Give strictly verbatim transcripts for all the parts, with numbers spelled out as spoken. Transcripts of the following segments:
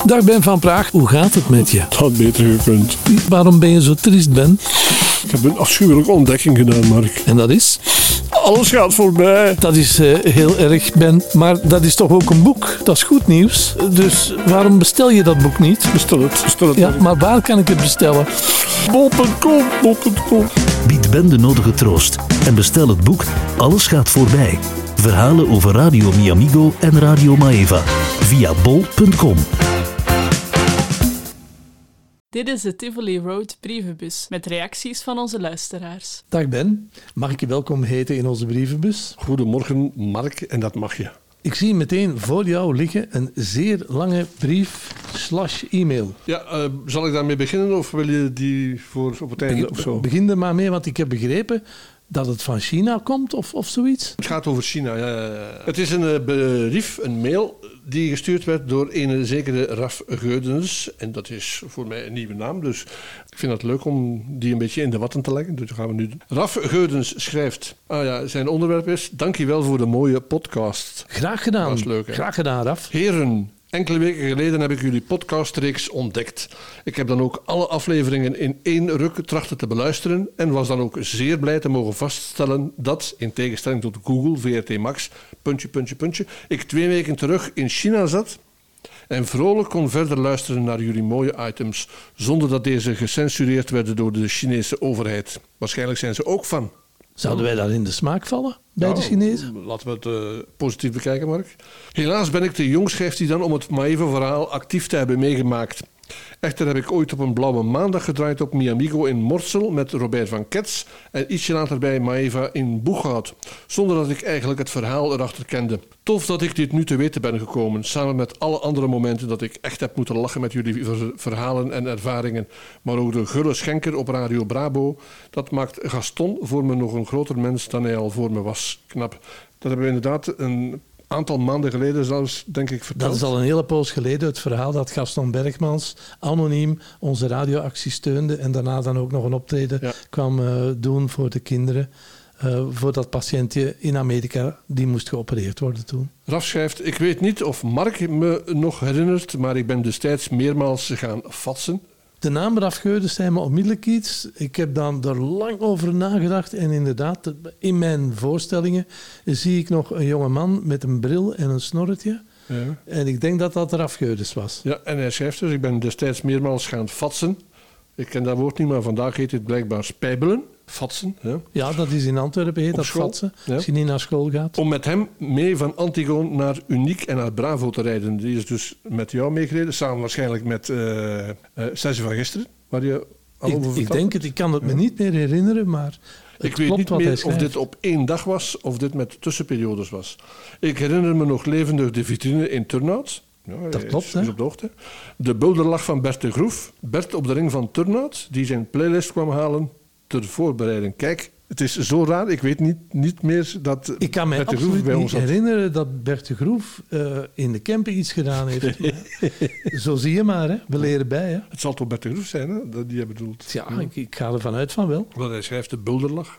Dag Ben van Praag, hoe gaat het met je? Het had beter gekund. Waarom ben je zo triest, Ben? Ik heb een afschuwelijke ontdekking gedaan, Mark. En dat is? Alles gaat voorbij. Dat is uh, heel erg, Ben. Maar dat is toch ook een boek? Dat is goed nieuws. Dus waarom bestel je dat boek niet? Bestel het, bestel het. Ja, maar waar kan ik het bestellen? bol punt com, bol punt com. Bied Ben de nodige troost en bestel het boek Alles gaat voorbij. Verhalen over Radio Mi Amigo en Radio Maeva via bol punt com. Dit is de Tivoli Road brievenbus met reacties van onze luisteraars. Dag Ben, mag ik je welkom heten in onze brievenbus? Goedemorgen, Mark, en dat mag je. Ik zie meteen voor jou liggen een zeer lange brief slash e-mail. Ja, uh, zal ik daarmee beginnen of wil je die voor op het einde Begin, of zo? Begin er maar mee, want ik heb begrepen dat het van China komt of, of zoiets. Het gaat over China, ja, ja, ja. Het is een uh, brief, een mail die gestuurd werd door een zekere Raf Geudens. En dat is voor mij een nieuwe naam, dus ik vind het leuk om die een beetje in de watten te leggen. Dus dat gaan we nu doen. Raf Geudens schrijft, ah ja, zijn onderwerp is, dankjewel voor de mooie podcast. Graag gedaan. Dat is leuk, hè? Graag gedaan, Raf. Heren, enkele weken geleden heb ik jullie podcastreeks ontdekt. Ik heb dan ook alle afleveringen in één ruk trachten te beluisteren en was dan ook zeer blij te mogen vaststellen dat, in tegenstelling tot Google, V R T Max, puntje, puntje, puntje, ik twee weken terug in China zat en vrolijk kon verder luisteren naar jullie mooie items, zonder dat deze gecensureerd werden door de Chinese overheid. Waarschijnlijk zijn ze ook van. Zouden wij daar in de smaak vallen bij Nou, de Chinezen? Laten we het uh, positief bekijken, Mark. Helaas ben ik te jong, schrijft hij dan, om het Maeva-verhaal actief te hebben meegemaakt. Echter heb ik ooit op een blauwe maandag gedraaid op Mi Amigo in Morsel met Robert van Ketz en ietsje later bij Maeva in Boeghout, zonder dat ik eigenlijk het verhaal erachter kende. Tof dat ik dit nu te weten ben gekomen, samen met alle andere momenten dat ik echt heb moeten lachen met jullie ver- verhalen en ervaringen. Maar ook de gulle schenker op Radio Brabo, dat maakt Gaston voor me nog een groter mens dan hij al voor me was. Knap. Dat hebben we inderdaad een aantal maanden geleden zelfs, denk ik, verteld. Dat is al een hele poos geleden, het verhaal dat Gaston Bergmans anoniem onze radioactie steunde en daarna dan ook nog een optreden Ja. kwam uh, doen voor de kinderen. Uh, voor dat patiëntje in Amerika, die moest geopereerd worden toen. Raf schrijft, ik weet niet of Mark me nog herinnert, maar ik ben destijds meermaals gaan fatsen. De naam Raf Geudens zei me onmiddellijk iets. Ik heb dan er lang over nagedacht en inderdaad, in mijn voorstellingen zie ik nog een jonge man met een bril en een snorretje. Ja. En ik denk dat dat Raf Geudens was. Ja, en hij schrijft dus, ik ben destijds meermaals gaan fatsen. Ik ken dat woord niet, maar vandaag heet het blijkbaar spijbelen. Fatsen, ja. Ja, dat is in Antwerpen, heet Op dat school, fatsen, ja. als je niet naar school gaat. Om met hem mee van Antigone naar Uniek en naar Bravo te rijden. Die is dus met jou meegereden, samen waarschijnlijk met uh, uh, Sessie van gisteren, waar je al Ik, over ik vertelde. denk het, ik kan het me niet meer herinneren, maar het Ik weet klopt niet wat hij meer of schrijft. dit op één dag was of dit met tussenperiodes was. Ik herinner me nog levendig de vitrine in Turnhout. Ja, Dat hij klopt, is, hè? is op de hoogte. De bulderlach van Bert de Groef. Bert op de ring van Turnhout, die zijn playlist kwam halen ter voorbereiding. Kijk, het is zo raar. Ik weet niet, niet meer dat Ik kan me Bert de Groef absoluut bij niet ons had. herinneren dat Bert de Groef uh, in de Kempen iets gedaan heeft. Zo zie je maar, hè. We leren bij. Hè. Het zal toch Bert de Groef zijn, hè, dat die je bedoelt. Ja, ik, ik ga ervan uit van wel. Want hij schrijft de bulderlach.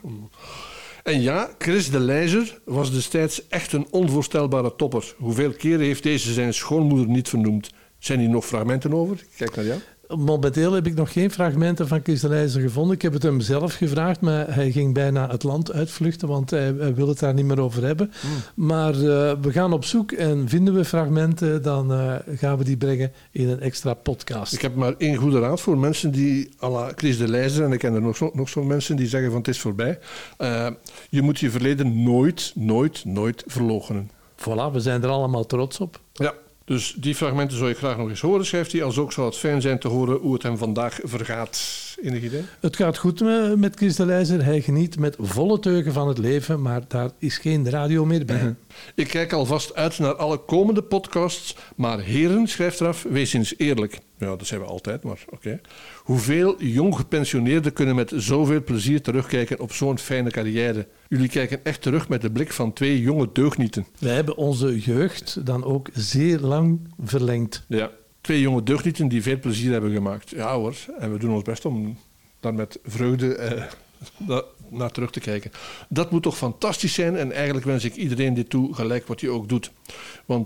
En ja, Chris de Leijer was destijds echt een onvoorstelbare topper. Hoeveel keren heeft deze zijn schoonmoeder niet vernoemd? Zijn hier nog fragmenten over? Kijk naar jou. Momenteel heb ik nog geen fragmenten van Chris de Leijer gevonden. Ik heb het hem zelf gevraagd, maar hij ging bijna het land uitvluchten, want hij, hij wil het daar niet meer over hebben. Mm. Maar uh, we gaan op zoek en vinden we fragmenten, dan uh, gaan we die brengen in een extra podcast. Ik heb maar één goede raad voor mensen die, à la Chris de Leijer, en ik ken er nog zo, nog zo mensen die zeggen van het is voorbij. Uh, je moet je verleden nooit, nooit, nooit verloochenen. Voilà, we zijn er allemaal trots op. Ja. Dus die fragmenten zou ik graag nog eens horen, schrijft hij. Als ook zou het fijn zijn te horen hoe het hem vandaag vergaat. Enig idee? Het gaat goed met Chris de Leijer. Hij geniet met volle teugen van het leven, maar daar is geen radio meer bij. Mm-hmm. Ik kijk alvast uit naar alle komende podcasts. Maar heren, schrijft eraf, wees eens eerlijk. Ja, dat zijn we altijd, maar oké. Okay. Hoeveel jong gepensioneerden kunnen met zoveel plezier terugkijken op zo'n fijne carrière? Jullie kijken echt terug met de blik van twee jonge deugnieten. Wij hebben onze jeugd dan ook zeer lang verlengd. Ja, twee jonge deugnieten die veel plezier hebben gemaakt. Ja hoor, en we doen ons best om daar met vreugde eh, naar terug te kijken. Dat moet toch fantastisch zijn en eigenlijk wens ik iedereen dit toe, gelijk wat je ook doet. Want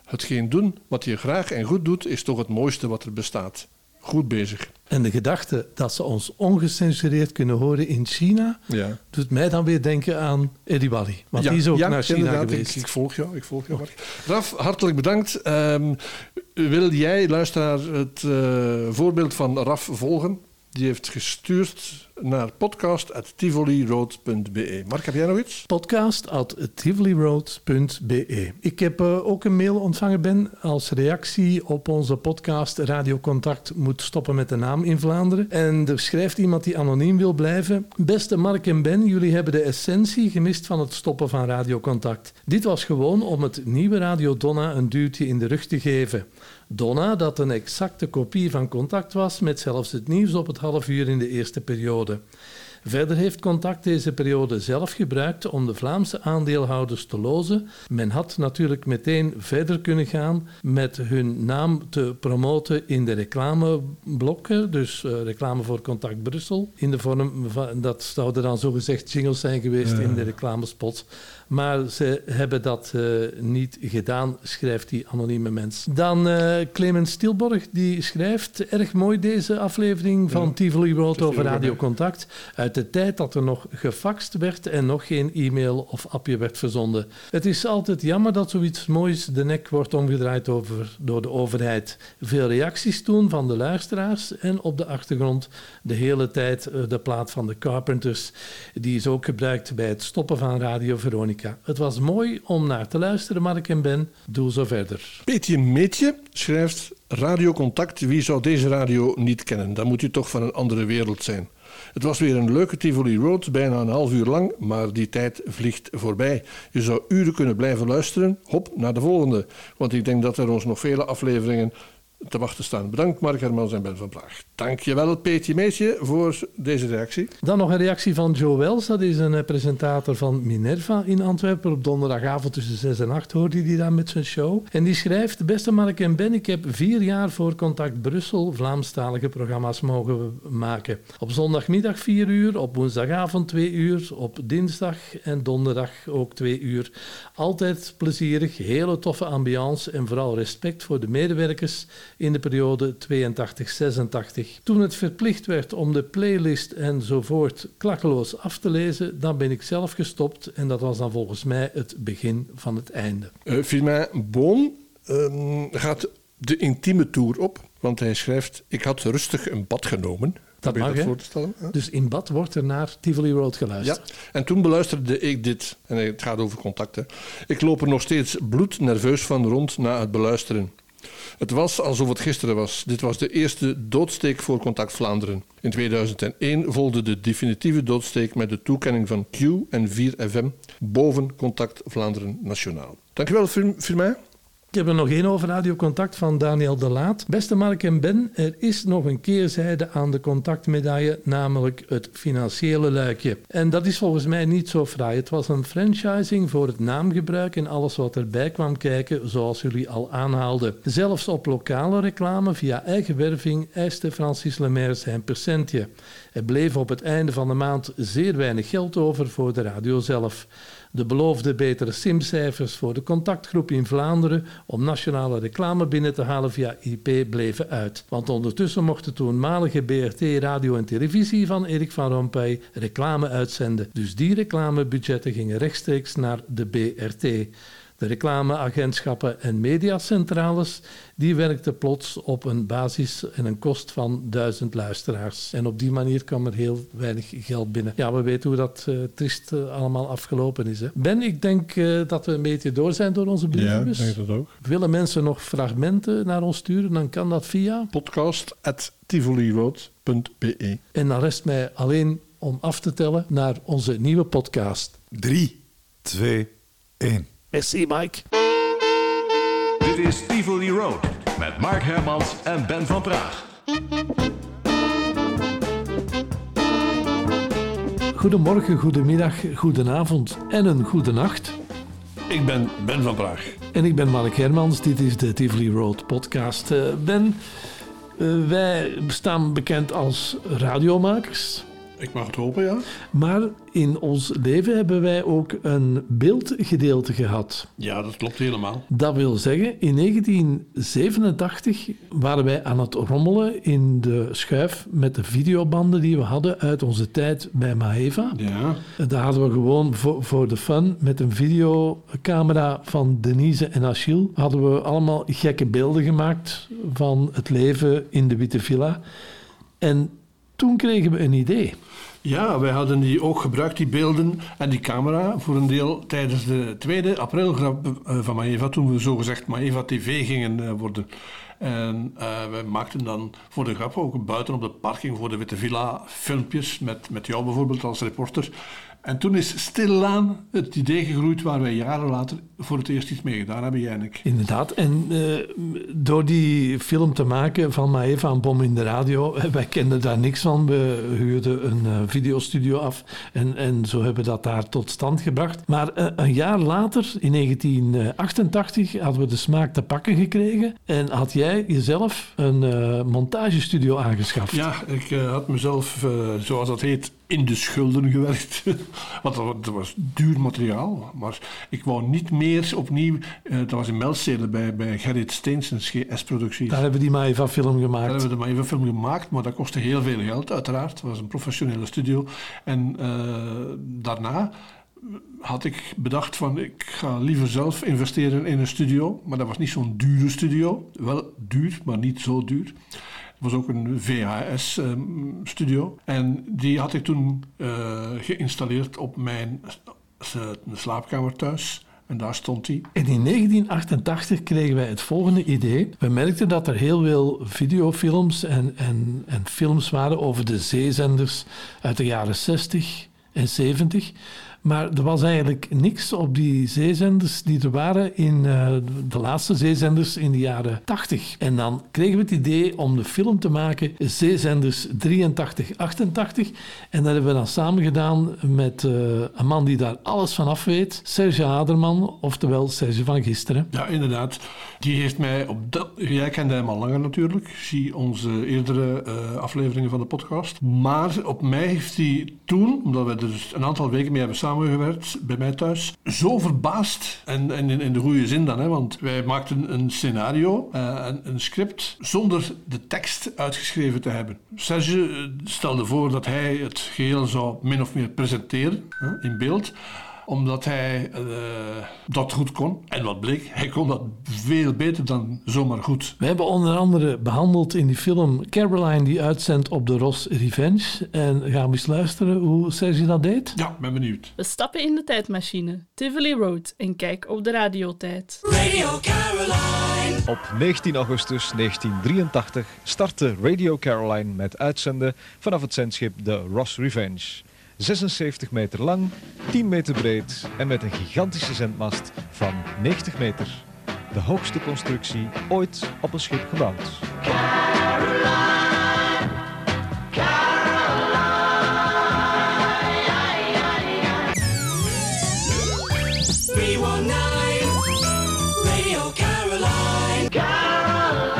Hetgeen doen wat je graag en goed doet, is toch het mooiste wat er bestaat. Goed bezig. En de gedachte dat ze ons ongecensureerd kunnen horen in China, ja. doet mij dan weer denken aan Eddie Wally. Want ja, die is ook ja, naar China geweest. Ik, ik volg jou, ik volg jou. Raf, hartelijk bedankt. Um, wil jij, luisteraar, het uh, voorbeeld van Raf volgen? Die heeft gestuurd naar podcast at tivoli road punt b e. Mark, heb jij nog iets? podcast at tivoli road punt b e. Ik heb uh, ook een mail ontvangen, Ben, als reactie op onze podcast Radio Contact moet stoppen met de naam in Vlaanderen. En er schrijft iemand die anoniem wil blijven. Beste Mark en Ben, jullie hebben de essentie gemist van het stoppen van Radio Contact. Dit was gewoon om het nieuwe Radio Donna een duwtje in de rug te geven. Donna, dat een exacte kopie van Contact was, met zelfs het nieuws op het half uur in de eerste periode. Verder heeft Contact deze periode zelf gebruikt om de Vlaamse aandeelhouders te lozen. Men had natuurlijk meteen verder kunnen gaan met hun naam te promoten in de reclameblokken, dus uh, reclame voor Contact Brussel, in de vorm van, dat zouden dan zogezegd jingles zijn geweest ja. in de reclamespots. Maar ze hebben dat uh, niet gedaan, schrijft die anonieme mens. Dan uh, Clemens Stilborg, die schrijft, erg mooi deze aflevering van ja, Tivoli Road over Radio Contact. Uit de tijd dat er nog gefaxt werd en nog geen e-mail of appje werd verzonden. Het is altijd jammer dat zoiets moois de nek wordt omgedraaid over, door de overheid. Veel reacties toen van de luisteraars en op de achtergrond de hele tijd uh, de plaat van de Carpenters. Die is ook gebruikt bij het stoppen van Radio Veronica. Het was mooi om naar te luisteren, Mark en Ben. Doe zo verder. Peetje Meetje schrijft Radio Contact. Wie zou deze radio niet kennen? Dan moet u toch van een andere wereld zijn. Het was weer een leuke Tivoli Road, bijna een half uur lang, maar die tijd vliegt voorbij. Je zou uren kunnen blijven luisteren. Hop, naar de volgende. Want ik denk dat er ons nog vele afleveringen te wachten staan. Bedankt Mark Hermans en Ben van Praag. Dankjewel Peetje Meetje voor deze reactie. Dan nog een reactie van Joe Wells. Dat is een presentator van Minerva in Antwerpen. Op donderdagavond tussen zes en acht hoorde hij die dan met zijn show. En die schrijft, beste Mark en Ben, ik heb vier jaar voor Contact Brussel Vlaamstalige programma's mogen maken. Op zondagmiddag vier uur, op woensdagavond twee uur, op dinsdag en donderdag ook twee uur. Altijd plezierig, hele toffe ambiance en vooral respect voor de medewerkers in de periode tweeëntachtig zesentachtig. Toen het verplicht werd om de playlist enzovoort klakkeloos af te lezen, dan ben ik zelf gestopt en dat was dan volgens mij het begin van het einde. Uh, Firmin Boon uh, gaat de intieme tour op, want hij schrijft, ik had rustig een bad genomen. Dat mag, dat voor te stellen, hè? Dus in bad wordt er naar Tivoli Road geluisterd. Ja, en toen beluisterde ik dit, en het gaat over contacten. Ik loop er nog steeds bloednerveus van rond na het beluisteren. Het was alsof het gisteren was. Dit was de eerste doodsteek voor Contact Vlaanderen. In tweeduizend één volgde de definitieve doodsteek met de toekenning van Q en vier F M boven Contact Vlaanderen Nationaal. Dankjewel, Firmin. Ik heb er nog één over Radio Contact van Daniel de Laat. Beste Mark en Ben, er is nog een keerzijde aan de contactmedaille, namelijk het financiële luikje. En dat is volgens mij niet zo fraai. Het was een franchising voor het naamgebruik en alles wat erbij kwam kijken, zoals jullie al aanhaalden. Zelfs op lokale reclame via eigen werving eiste Francis Lemaire zijn percentje. Er bleef op het einde van de maand zeer weinig geld over voor de radio zelf. De beloofde betere simcijfers voor de contactgroep in Vlaanderen om nationale reclame binnen te halen via I P bleven uit. Want ondertussen mocht de toenmalige B R T Radio en Televisie van Erik van Rompuy reclame uitzenden. Dus die reclamebudgetten gingen rechtstreeks naar de B R T. De reclameagentschappen en mediacentrales die werkten plots op een basis en een kost van duizend luisteraars. En op die manier kwam er heel weinig geld binnen. Ja, we weten hoe dat uh, triest uh, allemaal afgelopen is. Hè. Ben, ik denk uh, dat we een beetje door zijn door onze brievenbus. Ja, ik denk dat ook. Willen mensen nog fragmenten naar ons sturen, dan kan dat via podcast at tivoli road punt b e. En dan rest mij alleen om af te tellen naar onze nieuwe podcast. drie, twee, één. Merci, Mike. Dit is Tivoli Road met Mark Hermans en Ben van Praag. Goedemorgen, goedemiddag, goedenavond en een goede nacht. Ik ben Ben van Praag. En ik ben Mark Hermans. Dit is de Tivoli Road podcast. Uh, Ben, uh, wij staan bekend als radiomakers. Ik mag het hopen, ja. Maar in ons leven hebben wij ook een beeldgedeelte gehad. Ja, dat klopt helemaal. Dat wil zeggen, in negentien zevenentachtig waren wij aan het rommelen in de schuif met de videobanden die we hadden uit onze tijd bij Maeva. Ja. Daar hadden we gewoon voor, voor de fun met een videocamera van Denise en Achille hadden we allemaal gekke beelden gemaakt van het leven in de Witte Villa. En toen kregen we een idee. Ja, wij hadden die ook gebruikt, die beelden en die camera, voor een deel tijdens de tweede aprilgrap van Maeva, toen we zogezegd Maeva T V gingen uh, worden. En uh, wij maakten dan voor de grap ook buiten op de parking voor de Witte Villa filmpjes met, met jou bijvoorbeeld als reporter. En toen is stilaan het idee gegroeid waar wij jaren later voor het eerst iets mee gedaan hebben, jij en ik. Inderdaad. En uh, door die film te maken van Maeva en Bom in de radio, wij kenden daar niks van. We huurden een uh, videostudio af en, en zo hebben we dat daar tot stand gebracht. Maar uh, een jaar later, in negentien achtentachtig, hadden we de smaak te pakken gekregen en had jij jezelf een uh, montagestudio aangeschaft. Ja, ik uh, had mezelf, uh, zoals dat heet, in de schulden gewerkt. Want dat was duur materiaal. Maar ik wou niet meer opnieuw... Uh, dat was in Melstede bij, bij Gerrit Steensens G S-producties. Daar hebben we die Maeva-film gemaakt. Daar hebben we de Maeva-film gemaakt, maar dat kostte heel veel geld, uiteraard. Het was een professionele studio. En uh, daarna had ik bedacht van... ik ga liever zelf investeren in een studio. Maar dat was niet zo'n dure studio. Wel duur, maar niet zo duur. Het was ook een V H S-studio. Um, en die had ik toen uh, geïnstalleerd op mijn uh, slaapkamer thuis. En daar stond hij. En in negentien achtentachtig kregen wij het volgende idee. We merkten dat er heel veel videofilms en, en, en films waren over de zeezenders uit de jaren zestig en zeventig. Maar er was eigenlijk niks op die zeezenders die er waren in uh, de laatste zeezenders in de jaren tachtig. En dan kregen we het idee om de film te maken Zeezenders drieëntachtig achtentachtig. En dat hebben we dan samen gedaan met uh, een man die daar alles van af weet. Serge Haderman, oftewel Serge van gisteren. Ja, inderdaad. Die heeft mij op dat... Jij kende hem al langer natuurlijk. Zie onze eerdere uh, afleveringen van de podcast. Maar op mij heeft hij toen, omdat we er dus een aantal weken mee hebben samengewerkt bij mij thuis, zo verbaasd. En, en in, in de goede zin dan, hè, want wij maakten een scenario, uh, een, een script, zonder de tekst uitgeschreven te hebben. Serge uh, stelde voor dat hij het geheel zou min of meer presenteren, uh, in beeld, omdat hij uh, dat goed kon. En wat bleek, hij kon dat veel beter dan zomaar goed. We hebben onder andere behandeld in die film Caroline die uitzendt op de Ross Revenge. En gaan we eens luisteren hoe Serge dat deed? Ja, ben benieuwd. We stappen in de tijdmachine, Tivoli Road, en kijk op de radiotijd. Radio Caroline. Op negentien augustus negentien drieëntachtig startte Radio Caroline met uitzenden vanaf het zendschip de Ross Revenge. zesenzeventig meter lang, tien meter breed en met een gigantische zendmast van negentig meter. De hoogste constructie ooit op een schip gebouwd. Caroline, Caroline, driehonderdnegen, Radio Caroline, Caroline.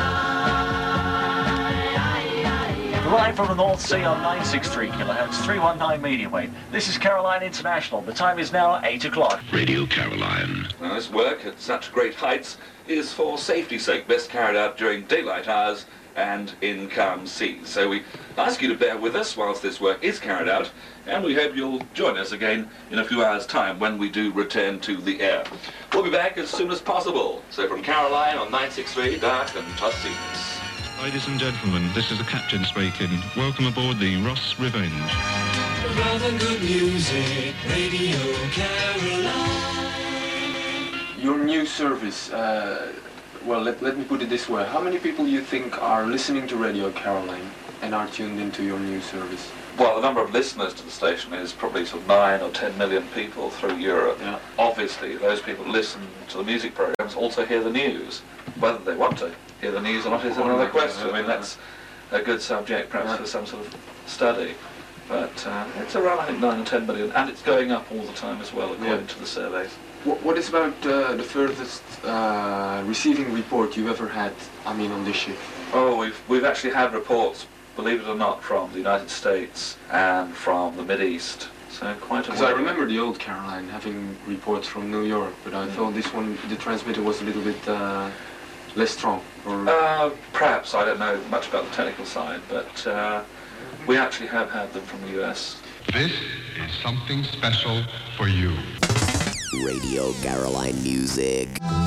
Live from the North Sea on nine sixty-three kilohertz, three nineteen medium wave. This is Caroline International. The time is now eight o'clock. Radio Caroline. Now, this work at such great heights is for safety's sake best carried out during daylight hours and in calm seas. So we ask you to bear with us whilst this work is carried out, and we hope you'll join us again in a few hours' time when we do return to the air. We'll be back as soon as possible. So from Caroline on nine sixty-three, dark and tough seas. Ladies and gentlemen, this is the captain speaking. Welcome aboard the Ross Revenge. Rather good music, Radio Caroline. Your new service, uh, well, let, let me put it this way. How many people you think are listening to Radio Caroline and are tuned into your new service? Well, the number of listeners to the station is probably sort of nine or ten million people through Europe. Yeah. Obviously, those people listen to the music programs also hear the news. Whether they want to hear the news or not is another question. I mean, that's a good subject perhaps for some sort of study. But uh, it's around, I think, nine or ten million, and it's going up all the time as well, according yeah. to the surveys. What, what is about uh, the furthest uh, receiving report you've ever had, I mean, on this ship? Oh, we've, we've actually had reports believe it or not, from the United States and from the Mid-East. So quite a Because I remember the old Caroline having reports from New York, but I thought this one, the transmitter was a little bit uh, less strong. Or Uh, perhaps, I don't know much about the technical side, but uh, we actually have had them from the U S. This is something special for you. Radio Caroline music.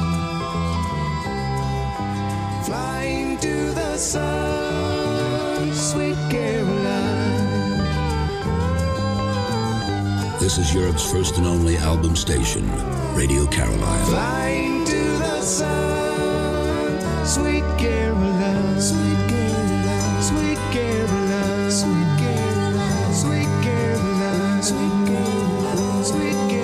Flying to the sun, sweet Caroline. This is Europe's first and only album station, Radio Caroline. Flying to the sun, sweet Caroline. Sweet Caroline. Sweet Caroline. Sweet Caroline. Sweet Caroline. Sweet Caroline. Sweet Caroline.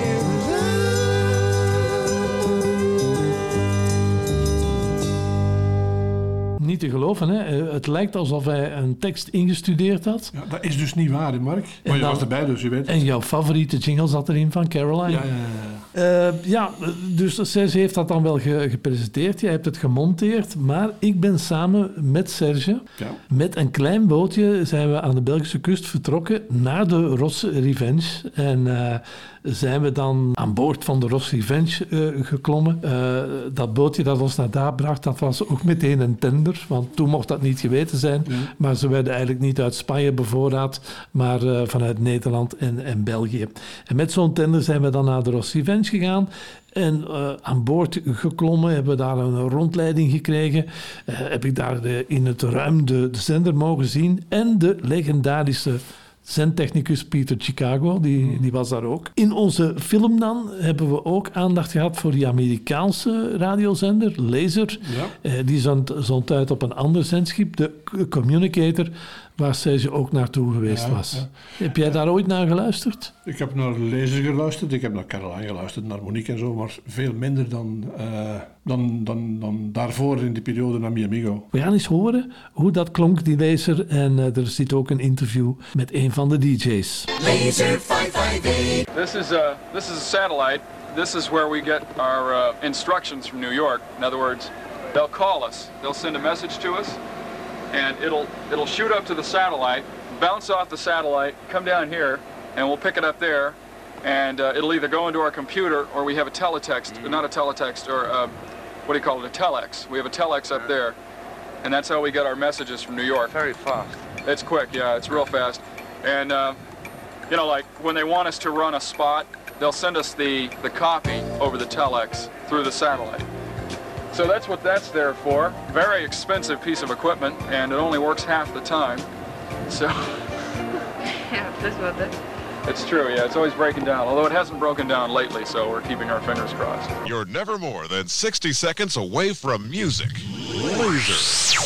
Niet te geloven, hè? Het lijkt alsof hij een tekst ingestudeerd had. Ja, dat is dus niet waar, hè, Mark. Maar En je dan- was erbij, dus je weet het. En jouw favoriete jingle zat erin van Caroline. Ja, ja, Eh, ja, dus Serge heeft dat dan wel ge- gepresenteerd. Jij hebt het gemonteerd. Maar ik ben samen met Serge, Ja. met een klein bootje, zijn we aan de Belgische kust vertrokken naar de Ross Revenge. En eh, zijn we dan aan boord van de Ross Revenge eh, geklommen. Eh, dat bootje dat ons naar daar bracht, dat was ook meteen een tender. Want toen mocht dat niet geweten zijn. Ja. Maar ze werden eigenlijk niet uit Spanje bevoorraad, maar eh, vanuit Nederland en, en België. En met zo'n tender zijn we dan naar de Ross Revenge gegaan. En uh, aan boord geklommen, hebben we daar een rondleiding gekregen. Uh, heb ik daar de, in het ruim de, de zender mogen zien. En de legendarische zendtechnicus Peter Chicago, die, die was daar ook. In onze film dan hebben we ook aandacht gehad voor die Amerikaanse radiozender, Laser. Ja. Uh, die zond, zond uit op een ander zendschip, de Communicator, waar Serge ook naartoe geweest Ja, was. ja. Heb jij daar ooit naar geluisterd? Ik heb naar Lezer geluisterd, ik heb naar Caroline geluisterd, naar Monique en zo, maar veel minder dan, uh, dan, dan, dan daarvoor in die periode naar Mi Amigo. We gaan eens horen hoe dat klonk, die laser. En uh, er zit ook een interview met een van de D J's. Laser five five eight. This is a this is a satellite. This is where we get our uh, instructions from New York. In other words, they'll call us. They'll send a message to us, and it'll it'll shoot up to the satellite, bounce off the satellite, come down here, and we'll pick it up there. And uh, it'll either go into our computer or we have a teletext, not a teletext, or uh, what do you call it, a telex. We have a telex up there, and that's how we get our messages from New York. Very fast. It's quick, yeah, it's real fast. And uh, you know, like when they want us to run a spot, they'll send us the, the copy over the telex through the satellite. So that's what that's there for. Very expensive piece of equipment, and it only works half the time. So Yeah, that's what that. it's true, yeah, it's always breaking down. Although it hasn't broken down lately, so we're keeping our fingers crossed. You're never more than sixty seconds away from music. Laser.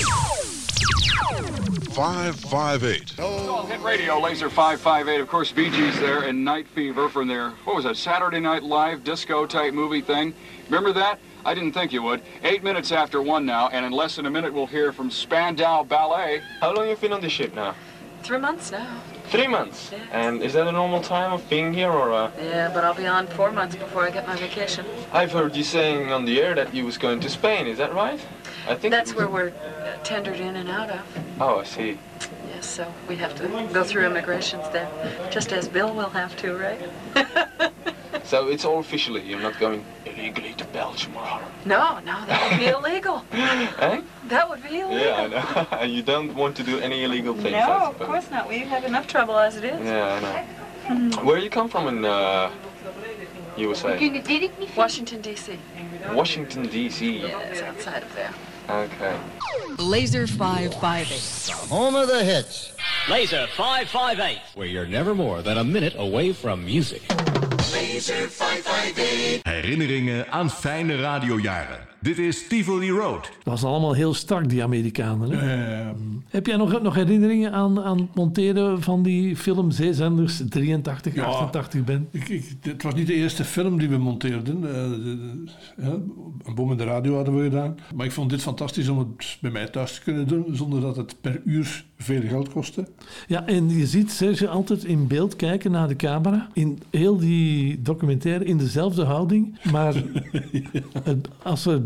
five five eight. Oh, hit radio, Laser five five eight. Of course, Bee Gees there, and Night Fever from their, what was that, Saturday Night Live disco type movie thing. Remember that? I didn't think you would. Eight minutes after one now, and in less than a minute we'll hear from Spandau Ballet. How long have you been on the ship now? Three months now. Three months. Yeah. And is that a normal time of being here, or? Uh... Yeah, but I'll be on four months before I get my vacation. I've heard you saying on the air that you was going to Spain. Is that right? I think That's where we're uh, tendered in and out of. Oh, I see. Yes, so we have to go through immigrations there, just as Bill will have to, right? So it's all officially. You're not going illegally to Belgium or Holland. No, no, that would be illegal. Eh? That would be illegal. Yeah, I know. And you don't want to do any illegal things. I No, of suppose. course not. We have enough trouble as it is. Yeah, I know. Where you come from in uh, U S A? Washington, D C. Washington, D C. Yeah, it's outside of there. Okay. Laser five five eight. Home of the hits. Laser five five eight. Where you're never more than a minute away from music. Laser five five eight. Herinneringen aan fijne radiojaren. Dit is Tivoli Road. Dat was allemaal heel strak, die Amerikanen. Hè? Uh, Heb jij nog, nog herinneringen aan, aan het monteren van die film Zeezenders drieëntachtig, Ja. achtentachtig ben? Ik, ik, het was niet de eerste film die we monteerden. Uh, de, de, ja, een boom in de radio hadden we gedaan. Maar ik vond dit fantastisch om het bij mij thuis te kunnen doen, zonder dat het per uur veel geld kostte. Ja, en je ziet Serge altijd in beeld kijken naar de camera. In heel die documentaire in dezelfde houding. Maar het, als er het beeld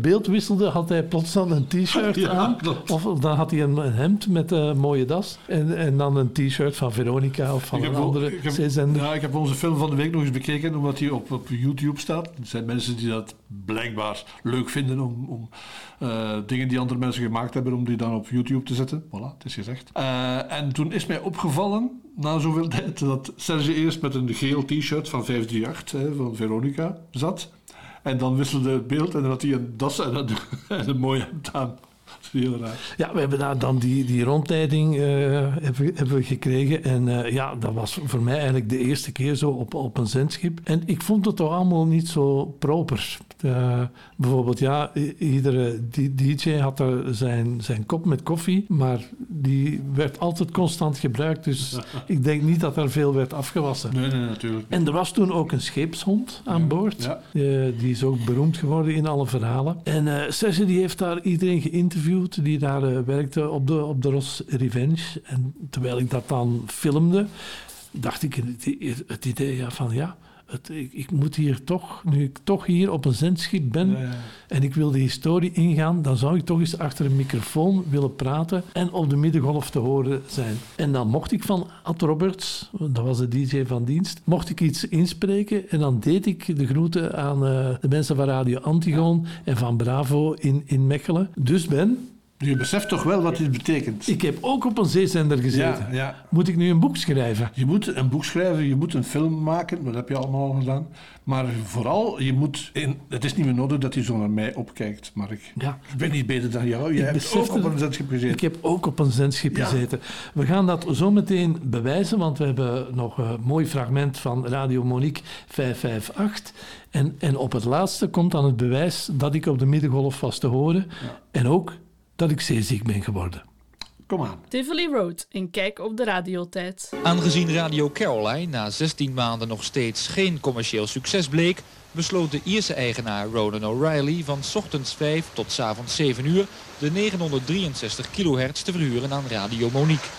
beeld wisselde, had hij plots dan een t-shirt Ja, aan. klopt. Of, of dan had hij een, een hemd met een mooie das. En, en dan een t-shirt van Veronica of van Ik een heb, andere ik, heb, zeezender. ja, ik heb onze film van de week nog eens bekeken, omdat die op, op YouTube staat. Er zijn mensen die dat blijkbaar leuk vinden om, om uh, dingen die andere mensen gemaakt hebben, om die dan op YouTube te zetten. Voilà, het is gezegd. Uh, en toen is mij opgevallen, na zoveel tijd, dat Serge eerst met een geel t-shirt van vijf drie acht hè, van Veronica zat. En dan wisselde het beeld en dan had hij een das en een, en een mooie hemd aan. Dat is heel raar. Ja, we hebben daar dan die, die rondleiding uh, hebben, hebben we gekregen. En uh, ja, dat was voor mij eigenlijk de eerste keer zo op, op een zendschip. En ik vond het toch allemaal niet zo proper. Uh, bijvoorbeeld, ja, iedere D J had er zijn, zijn kop met koffie, maar die werd altijd constant gebruikt. Dus ik denk niet dat er veel werd afgewassen. Nee, nee, natuurlijk. En er was toen ook een scheepshond aan boord. Ja. Uh, die is ook beroemd geworden in alle verhalen. En uh, Serge die heeft daar iedereen geïnterviewd die daar uh, werkte op de, op de Ross Revenge. En terwijl ik dat dan filmde, dacht ik het, het idee ja, van ja, het, ik, ik moet hier toch, nu ik toch hier op een zendschip ben Ja, ja. en ik wil die historie ingaan, dan zou ik toch eens achter een microfoon willen praten en op de middengolf te horen zijn. En dan mocht ik van Ad Roberts, dat was de D J van dienst, mocht ik iets inspreken en dan deed ik de groeten aan uh, de mensen van Radio Antigoon en van Bravo in, in Mechelen. Dus Ben... Je beseft toch wel wat dit betekent? Ik heb ook op een zeezender gezeten. Ja, ja. Moet ik nu een boek schrijven? Je moet een boek schrijven, je moet een film maken, dat heb je allemaal al gedaan. Maar vooral, je moet... In, het is niet meer nodig dat je zo naar mij opkijkt, Mark. Ja. Ik ben niet beter dan jou. Je Ik hebt besefte ook op een dat- zendschip gezeten. Ik heb ook op een zendschip Ja. gezeten. We gaan dat zo meteen bewijzen, want we hebben nog een mooi fragment van Radio Monique vijf vijf acht. En, en op het laatste komt dan het bewijs dat ik op de middengolf was te horen. Ja. En ook dat ik zeeziek ben geworden. Kom aan. Tivoli Road, een kijk op de radiotijd. Aangezien Radio Caroline na zestien maanden nog steeds geen commercieel succes bleek, besloot de Ierse eigenaar Ronan O'Reilly van 's ochtends vijf tot 's avonds zeven uur de negenhonderddrieënzestig kilohertz te verhuren aan Radio Monique.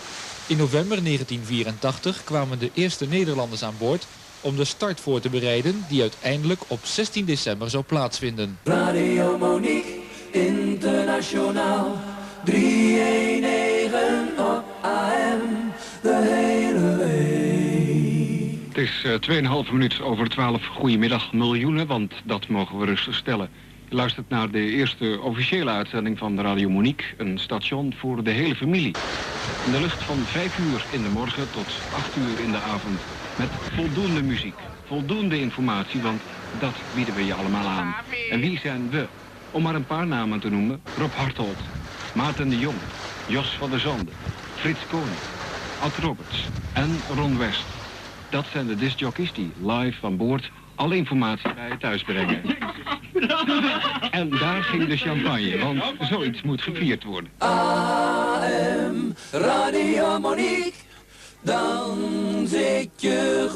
In november negentien vierentachtig kwamen de eerste Nederlanders aan boord om de start voor te bereiden die uiteindelijk op zestien december zou plaatsvinden. Radio Monique Internationaal driehonderdnegen op A M de hele week. Het is uh, twee en een half minuut over twaalf. Goedemiddag miljoenen, want dat mogen we rustig stellen. Je luistert naar de eerste officiële uitzending van Radio Monique, een station voor de hele familie. In de lucht van vijf uur in de morgen tot acht uur in de avond. Met voldoende muziek, voldoende informatie, want dat bieden we je allemaal aan. En wie zijn we? Om maar een paar namen te noemen. Rob Harthold, Maarten de Jong, Jos van der Zanden, Frits Koning, Ad Roberts en Ron West. Dat zijn de discjockeys die live van boord alle informatie bij je thuis brengen. En daar ging de champagne, want zoiets moet gevierd worden. A M Radio Monique, dan zit je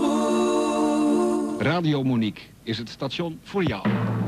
goed. Radio Monique is het station voor jou.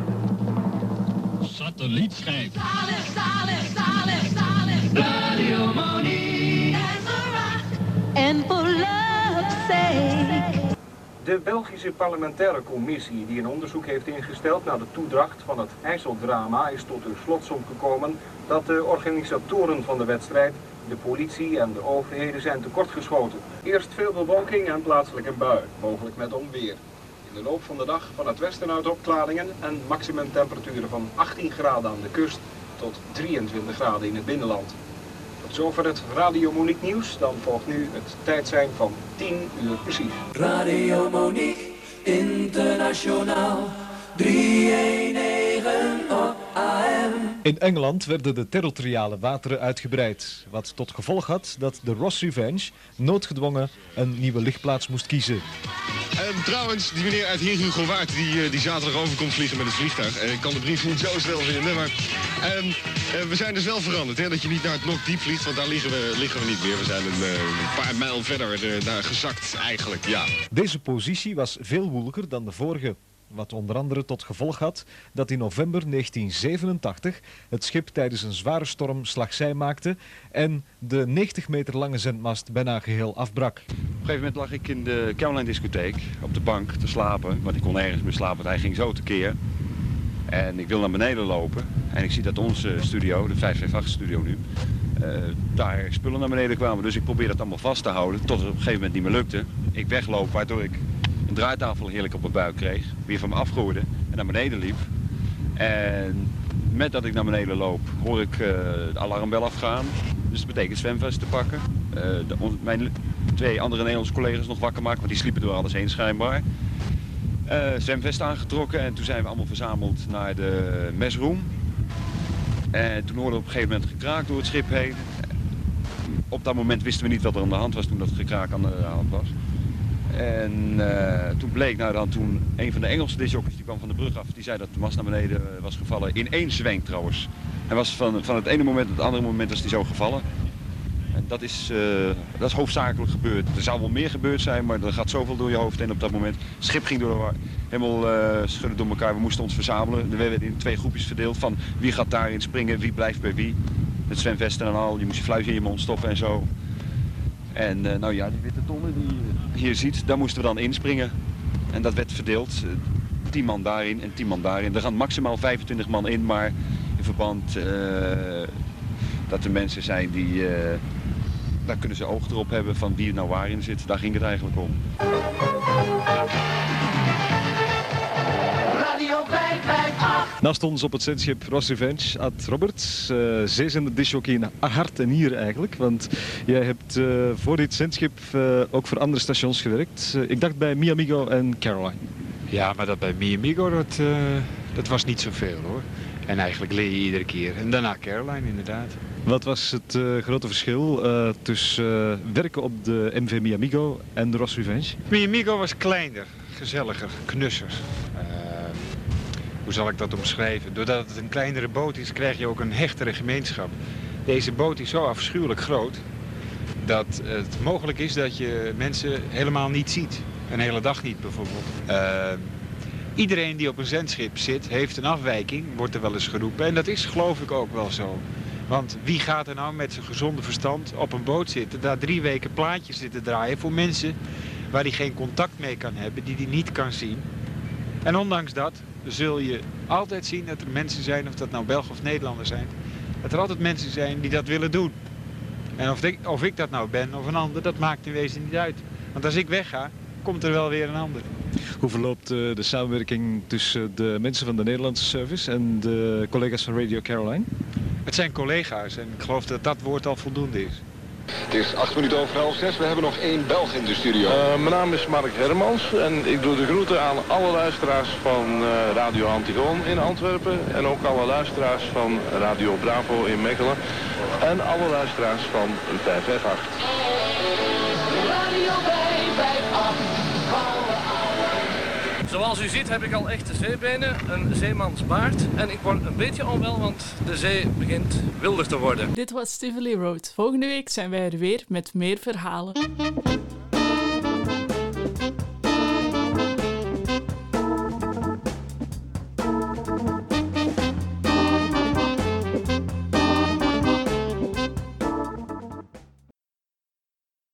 Satellietschijf. Zalig, zalig, zalig, zalig. Radio Monique and the rock. And for love's sake. De Belgische parlementaire commissie die een onderzoek heeft ingesteld naar de toedracht van het IJsseldrama is tot de slotsom gekomen dat de organisatoren van de wedstrijd, de politie en de overheden zijn tekortgeschoten. Eerst veel bewolking en plaatselijke bui, mogelijk met onweer. In de loop van de dag van het westen uit opklaringen en maximumtemperaturen van achttien graden aan de kust tot drieëntwintig graden in het binnenland. Tot zover het Radio Monique nieuws, dan volgt nu het tijdsein van tien uur precies. Radio Monique Internationaal driehonderdnegen op A M. In Engeland werden de territoriale wateren uitgebreid, wat tot gevolg had dat de Ross Revenge noodgedwongen een nieuwe lichtplaats moest kiezen. En trouwens, die meneer uit Heer Hugo Waard die, die zaterdag over komt vliegen met het vliegtuig. En ik kan de brief niet zo snel vinden, maar um, uh, we zijn dus wel veranderd. Hè, dat je niet naar het Nok Diep vliegt, want daar liggen we, liggen we niet meer. We zijn een, uh, een paar mijl verder uh, daar gezakt eigenlijk, ja. Deze positie was veel woeliger dan de vorige. Wat onder andere tot gevolg had dat in november negentien zevenentachtig het schip tijdens een zware storm slagzij maakte en de negentig meter lange zendmast bijna geheel afbrak. Op een gegeven moment lag ik in de Caroline discotheek op de bank te slapen, want ik kon nergens meer slapen, want hij ging zo tekeer. En ik wil naar beneden lopen. En ik zie dat onze studio, de vijf vijf acht studio nu, uh, daar spullen naar beneden kwamen. Dus ik probeer dat allemaal vast te houden, tot het op een gegeven moment niet meer lukte. Ik wegloop, waardoor ik een draaitafel heerlijk op mijn buik kreeg. Weer van me afgroeide en naar beneden liep. En met dat ik naar beneden loop, hoor ik uh, de alarmbel afgaan. Dus dat betekent zwemvest te pakken. Uh, de, on, mijn twee andere Nederlandse collega's nog wakker maken, want die sliepen door alles heen schijnbaar. Uh, zwemvest aangetrokken en toen zijn we allemaal verzameld naar de messroom. En toen hoorden we op een gegeven moment gekraak door het schip heen. Op dat moment wisten we niet wat er aan de hand was toen dat gekraak aan de hand was. En uh, toen bleek, nou dan toen een van de Engelse discjockeys die kwam van de brug af, die zei dat de mast naar beneden was gevallen. In één zwenk trouwens. Hij was van, van het ene moment tot het andere moment was hij zo gevallen. En dat is, uh, dat is hoofdzakelijk gebeurd. Er zou wel meer gebeurd zijn, maar er gaat zoveel door je hoofd heen op dat moment. Het schip ging door de war, helemaal uh, schudden door elkaar. We moesten ons verzamelen. We werden in twee groepjes verdeeld van wie gaat daarin springen, wie blijft bij wie. Met zwemvesten en al, je moest je fluitje in je mond stoppen en zo. En uh, nou ja, die witte tonnen die je hier ziet, daar moesten we dan inspringen. En dat werd verdeeld. Uh, tien man daarin en tien man daarin. Er gaan maximaal vijfentwintig man in, maar in verband uh, dat er mensen zijn die... Uh, daar kunnen ze oog erop hebben van wie er nou waarin zit. Daar ging het eigenlijk om. Radio vijf vijf acht. Naast ons op het zendschip Ross Revenge, Ad Roberts, uh, zeezender disjockey in hart en nier eigenlijk. Want jij hebt uh, voor dit zendschip uh, ook voor andere stations gewerkt. Uh, ik dacht bij Mi Amigo en Caroline. Ja, maar dat bij Mi Amigo, dat, uh, dat was niet zoveel hoor. En eigenlijk leer je iedere keer. En daarna Caroline inderdaad. Wat was het uh, grote verschil uh, tussen uh, werken op de M V Mi Amigo en de Ross Revenge? Mi Amigo was kleiner, gezelliger, knusser. Uh, hoe zal ik dat omschrijven? Doordat het een kleinere boot is, krijg je ook een hechtere gemeenschap. Deze boot is zo afschuwelijk groot dat het mogelijk is dat je mensen helemaal niet ziet. Een hele dag niet bijvoorbeeld. Uh, iedereen die op een zendschip zit, heeft een afwijking, wordt er wel eens geroepen. En dat is geloof ik ook wel zo. Want wie gaat er nou met zijn gezonde verstand op een boot zitten, daar drie weken plaatjes zitten draaien voor mensen waar hij geen contact mee kan hebben, die hij niet kan zien. En ondanks dat zul je altijd zien dat er mensen zijn, of dat nou Belgen of Nederlanders zijn, dat er altijd mensen zijn die dat willen doen. En of ik, of ik dat nou ben of een ander, dat maakt in wezen niet uit. Want als ik wegga, komt er wel weer een ander. Hoe verloopt uh, de samenwerking tussen de mensen van de Nederlandse service en de collega's van Radio Caroline? Het zijn collega's en ik geloof dat dat woord al voldoende is. Het is acht minuten over half zes. We hebben nog één Belg in de studio. Uh, mijn naam is Mark Hermans en ik doe de groeten aan alle luisteraars van uh, Radio Antigoon in Antwerpen. En ook alle luisteraars van Radio Bravo in Mechelen. En alle luisteraars van vijf vijf acht. Radio vijf vijf acht. Zoals u ziet heb ik al echte zeebenen, een zeemansbaard en ik word een beetje onwel, want de zee begint wilder te worden. Dit was Tivoli Road. Volgende week zijn wij er weer met meer verhalen.